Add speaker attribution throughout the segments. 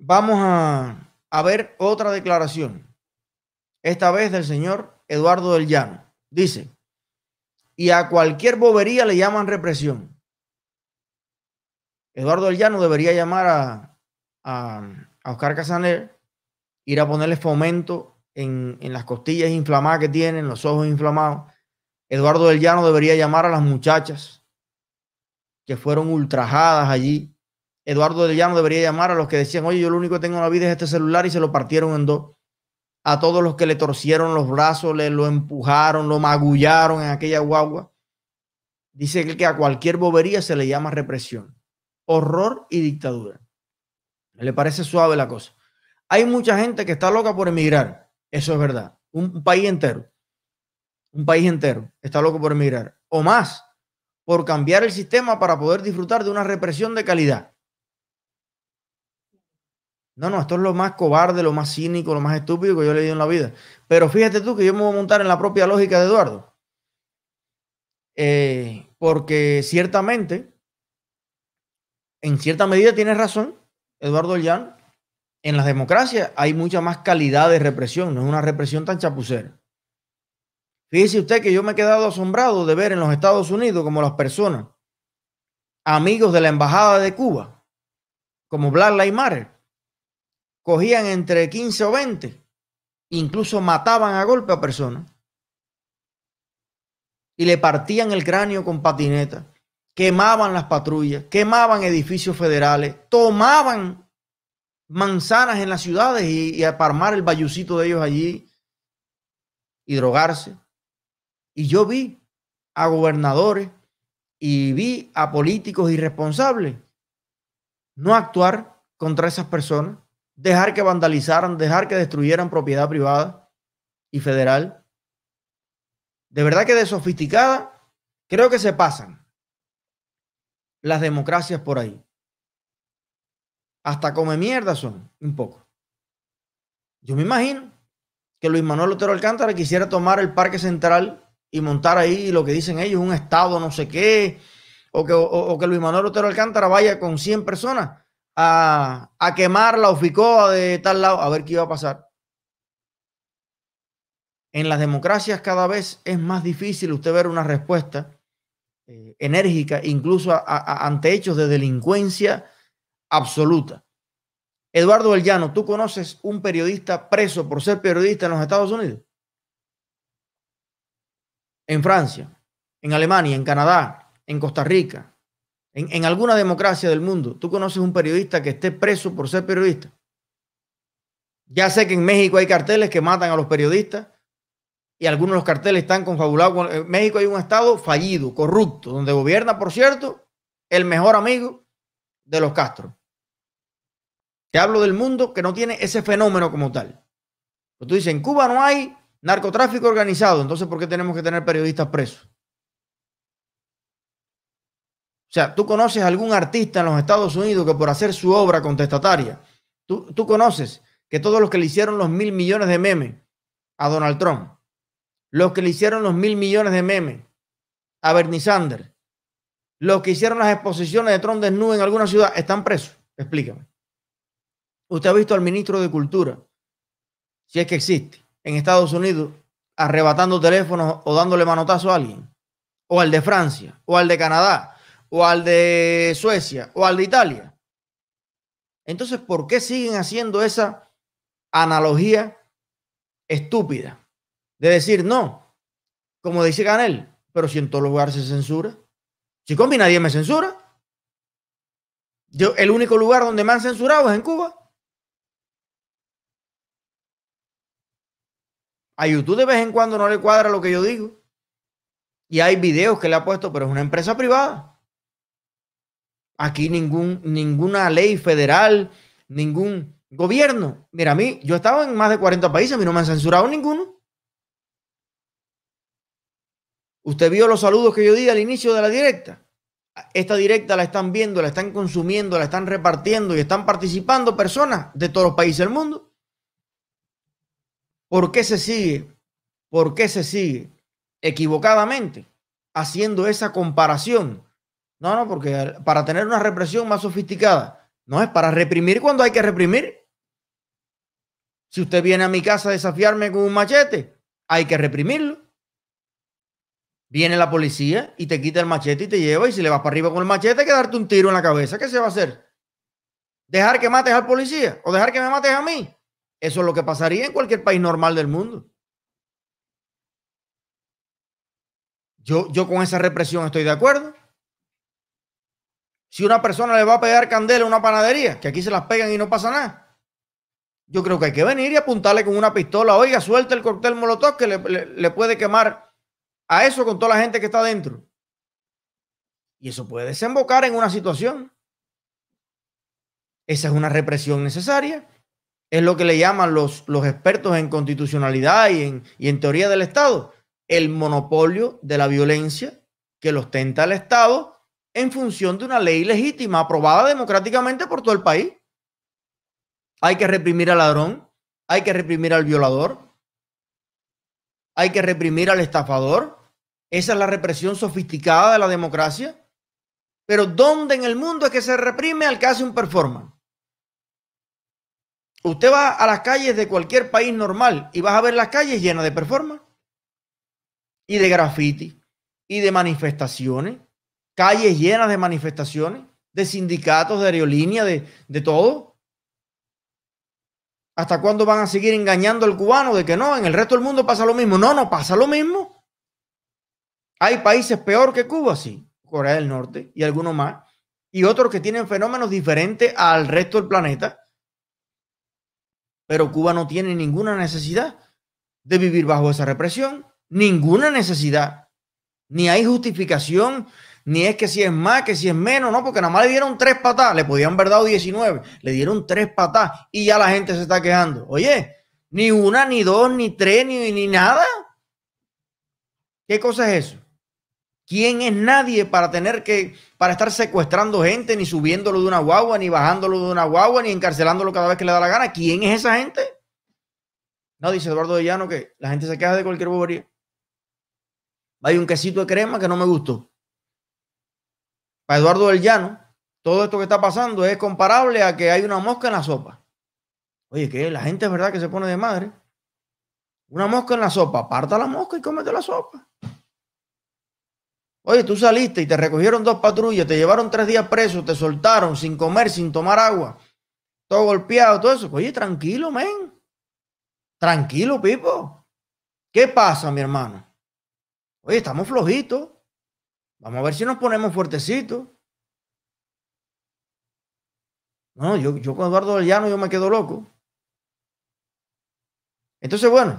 Speaker 1: Vamos a ver otra declaración, esta vez del señor Eduardo del Llano. Dice, y a cualquier bobería le llaman represión. Eduardo del Llano debería llamar a Oscar Casaner, ir a ponerle fomento en las costillas inflamadas que tienen, los ojos inflamados. Eduardo del Llano debería llamar a las muchachas que fueron ultrajadas allí. Eduardo del Llano debería llamar a los que decían, oye, yo lo único que tengo en la vida es este celular y se lo partieron en dos. A todos los que le torcieron los brazos, le lo empujaron, lo magullaron en aquella guagua. Dice que a cualquier bobería se le llama represión, horror y dictadura. Le parece suave la cosa. Hay mucha gente que está loca por emigrar. Eso es verdad. Un país entero está loco por emigrar. O más, por cambiar el sistema para poder disfrutar de una represión de calidad. No, esto es lo más cobarde, lo más cínico, lo más estúpido que yo he leído en la vida. Pero fíjate tú que yo me voy a montar en la propia lógica de Eduardo. Porque ciertamente, en cierta medida tienes razón, Eduardo Llano. En las democracias hay mucha más calidad de represión, no es una represión tan chapucera. Fíjese usted que yo me he quedado asombrado de ver en los Estados Unidos como las personas, amigos de la embajada de Cuba, como Black Lives Matter, cogían entre 15 o 20, incluso mataban a golpe a personas y le partían el cráneo con patineta, quemaban las patrullas, quemaban edificios federales, tomaban manzanas en las ciudades y a armar el bayucito de ellos allí y drogarse. Y yo vi a gobernadores y vi a políticos irresponsables no actuar contra esas personas, dejar que vandalizaran, dejar que destruyeran propiedad privada y federal. De verdad que de sofisticada creo que se pasan las democracias por ahí. Hasta come mierda son un poco. Yo me imagino que Luis Manuel Otero Alcántara quisiera tomar el Parque Central y montar ahí lo que dicen ellos, un estado no sé qué, o que Luis Manuel Otero Alcántara vaya con 100 personas a quemar la Oficoa de tal lado, a ver qué iba a pasar. En las democracias cada vez es más difícil usted ver una respuesta enérgica, incluso ante hechos de delincuencia absoluta. Eduardo del Llano, ¿tú conoces un periodista preso por ser periodista en los Estados Unidos? En Francia, en Alemania, en Canadá, en Costa Rica, en alguna democracia del mundo, ¿tú conoces un periodista que esté preso por ser periodista? Ya sé que en México hay carteles que matan a los periodistas y algunos de los carteles están confabulados. En México hay un estado fallido, corrupto, donde gobierna, por cierto, el mejor amigo de los Castro. Te hablo del mundo que no tiene ese fenómeno como tal. Pues tú dices, en Cuba no hay narcotráfico organizado, entonces ¿por qué tenemos que tener periodistas presos? O sea, ¿tú conoces algún artista en los Estados Unidos que por hacer su obra contestataria, tú conoces que todos los que le hicieron los 1.000 millones de memes a Donald Trump, los que le hicieron los 1.000 millones de memes a Bernie Sanders, los que hicieron las exposiciones de Trump desnudo en alguna ciudad, están presos? Explícame. ¿Usted ha visto al ministro de Cultura, si es que existe, en Estados Unidos, arrebatando teléfonos o dándole manotazo a alguien? O al de Francia, o al de Canadá, o al de Suecia, o al de Italia. Entonces, ¿por qué siguen haciendo esa analogía estúpida de decir no? Como dice Canel, pero si en todos los lugares se censura. Si con mí nadie me censura. Yo, el único lugar donde me han censurado es en Cuba. A YouTube de vez en cuando no le cuadra lo que yo digo. Y hay videos que le ha puesto, pero es una empresa privada. Aquí ninguna ley federal, ningún gobierno. Mira, a mí, yo he estado en más de 40 países, a mí no me han censurado ninguno. Usted vio los saludos que yo di al inicio de la directa. Esta directa la están viendo, la están consumiendo, la están repartiendo y están participando personas de todos los países del mundo. ¿Por qué se sigue? ¿Por qué se sigue equivocadamente haciendo esa comparación? No, porque para tener una represión más sofisticada, No, es para reprimir cuando hay que reprimir. Si usted viene a mi casa a desafiarme con un machete, hay que reprimirlo. Viene la policía y te quita el machete y te lleva, y si le vas para arriba con el machete hay que darte un tiro en la cabeza. ¿Qué se va a hacer? ¿Dejar que mates al policía o dejar que me mates a mí? Eso es lo que pasaría en cualquier país normal del mundo. Yo con esa represión estoy de acuerdo. Si una persona le va a pegar candela a una panadería, que aquí se las pegan y no pasa nada, yo creo que hay que venir y apuntarle con una pistola. Oiga, suelta el cóctel molotov que le puede quemar a eso con toda la gente que está dentro. Y eso puede desembocar en una situación. Esa es una represión necesaria. Es lo que le llaman los expertos en constitucionalidad y en teoría del Estado, el monopolio de la violencia que lo ostenta el Estado en función de una ley legítima aprobada democráticamente por todo el país. Hay que reprimir al ladrón, hay que reprimir al violador, hay que reprimir al estafador. Esa es la represión sofisticada de la democracia. Pero ¿dónde en el mundo es que se reprime al que hace un performance? Usted va a las calles de cualquier país normal y vas a ver las calles llenas de performance y de graffiti y de manifestaciones, calles llenas de manifestaciones, de sindicatos, de aerolínea, de todo. ¿Hasta cuándo van a seguir engañando al cubano de que no, en el resto del mundo pasa lo mismo? No, no pasa lo mismo. Hay países peor que Cuba, sí, Corea del Norte y algunos más, y otros que tienen fenómenos diferentes al resto del planeta. Pero Cuba no tiene ninguna necesidad de vivir bajo esa represión, ninguna necesidad. Ni hay justificación, ni es que si es más, que si es menos, no, porque nada más le dieron 3 patas, le podían haber dado 19, le dieron 3 patas y ya la gente se está quejando. Oye, ni una, ni dos, ni tres, ni nada. ¿Qué cosa es eso? ¿Quién es nadie para para estar secuestrando gente, ni subiéndolo de una guagua, ni bajándolo de una guagua, ni encarcelándolo cada vez que le da la gana? ¿Quién es esa gente? No, dice Eduardo de Llano que la gente se queja de cualquier bobería. Hay un quesito de crema que no me gustó. Para Eduardo del Llano, todo esto que está pasando es comparable a que hay una mosca en la sopa. Oye, que la gente es verdad que se pone de madre. Una mosca en la sopa, aparta la mosca y cómete la sopa. Oye, tú saliste y te recogieron 2 patrullas, te llevaron 3 días preso, te soltaron sin comer, sin tomar agua, todo golpeado, todo eso. Oye, tranquilo, men. Tranquilo, Pipo. ¿Qué pasa, mi hermano? Oye, estamos flojitos. Vamos a ver si nos ponemos fuertecitos. No, yo con Eduardo del Llano yo me quedo loco. Entonces, bueno,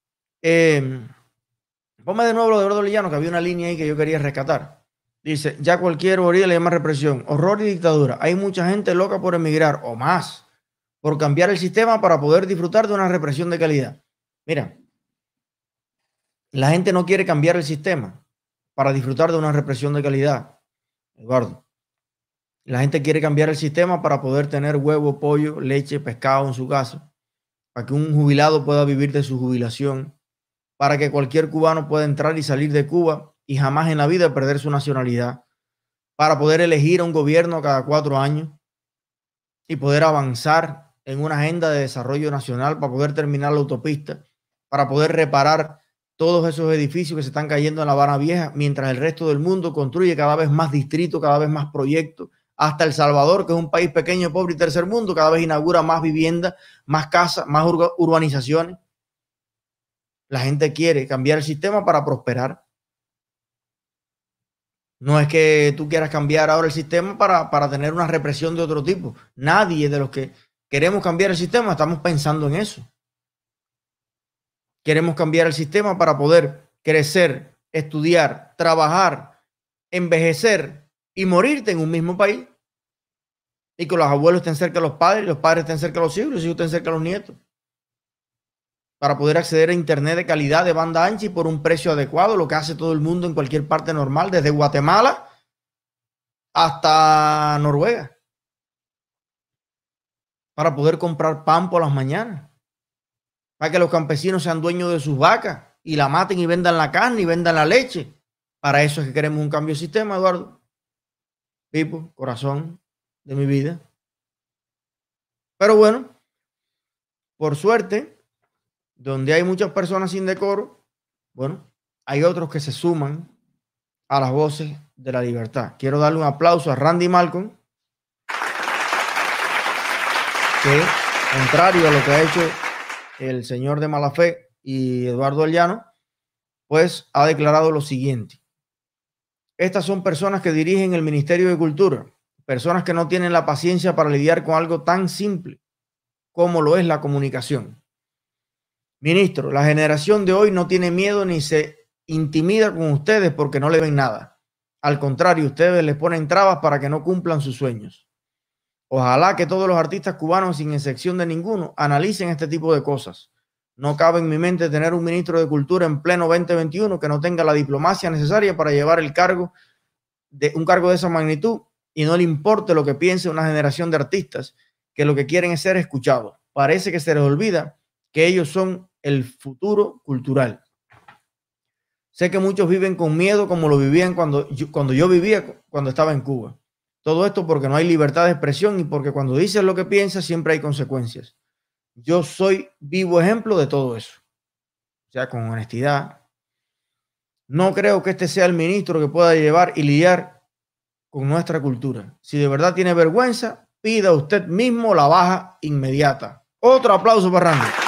Speaker 1: ponme de nuevo lo de Eduardo del Llano, que había una línea ahí que yo quería rescatar. Dice, ya cualquier orilla le llama represión, horror y dictadura. Hay mucha gente loca por emigrar, o más, por cambiar el sistema para poder disfrutar de una represión de calidad. Mira, la gente no quiere cambiar el sistema para disfrutar de una represión de calidad, Eduardo. La gente quiere cambiar el sistema para poder tener huevo, pollo, leche, pescado en su casa, para que un jubilado pueda vivir de su jubilación, para que cualquier cubano pueda entrar y salir de Cuba y jamás en la vida perder su nacionalidad, para poder elegir a un gobierno cada 4 años y poder avanzar en una agenda de desarrollo nacional, para poder terminar la autopista, para poder reparar todos esos edificios que se están cayendo en La Habana Vieja, mientras el resto del mundo construye cada vez más distritos, cada vez más proyectos. Hasta El Salvador, que es un país pequeño, pobre y tercer mundo, cada vez inaugura más viviendas, más casas, más urbanizaciones. La gente quiere cambiar el sistema para prosperar. No es que tú quieras cambiar ahora el sistema para tener una represión de otro tipo. Nadie de los que queremos cambiar el sistema estamos pensando en eso. Queremos cambiar el sistema para poder crecer, estudiar, trabajar, envejecer y morirte en un mismo país. Y que los abuelos estén cerca de los padres estén cerca de los hijos, los hijos estén cerca de los nietos. Para poder acceder a internet de calidad, de banda ancha y por un precio adecuado, lo que hace todo el mundo en cualquier parte normal, desde Guatemala hasta Noruega. Para poder comprar pan por las mañanas. Para que los campesinos sean dueños de sus vacas y la maten y vendan la carne y vendan la leche. Para eso es que queremos un cambio de sistema, Eduardo. Pipo, corazón de mi vida. Pero bueno, por suerte, donde hay muchas personas sin decoro, bueno, hay otros que se suman a las voces de la libertad. Quiero darle un aplauso a Randy Malcolm, que, contrario a lo que ha hecho el señor de mala fe y Eduardo Llano, pues ha declarado lo siguiente: estas son personas que dirigen el Ministerio de Cultura, personas que no tienen la paciencia para lidiar con algo tan simple como lo es la comunicación. Ministro, la generación de hoy no tiene miedo ni se intimida con ustedes porque no le ven nada. Al contrario, ustedes les ponen trabas para que no cumplan sus sueños. Ojalá que todos los artistas cubanos, sin excepción de ninguno, analicen este tipo de cosas. No cabe en mi mente tener un ministro de Cultura en pleno 2021 que no tenga la diplomacia necesaria para llevar un cargo de esa magnitud y no le importe lo que piense una generación de artistas que lo que quieren es ser escuchados. Parece que se les olvida que ellos son el futuro cultural. Sé que muchos viven con miedo como lo vivían cuando yo vivía, cuando estaba en Cuba. Todo esto porque no hay libertad de expresión y porque cuando dices lo que piensas siempre hay consecuencias. Yo soy vivo ejemplo de todo eso. O sea, con honestidad. No creo que este sea el ministro que pueda llevar y lidiar con nuestra cultura. Si de verdad tiene vergüenza, pida usted mismo la baja inmediata. Otro aplauso para Randy.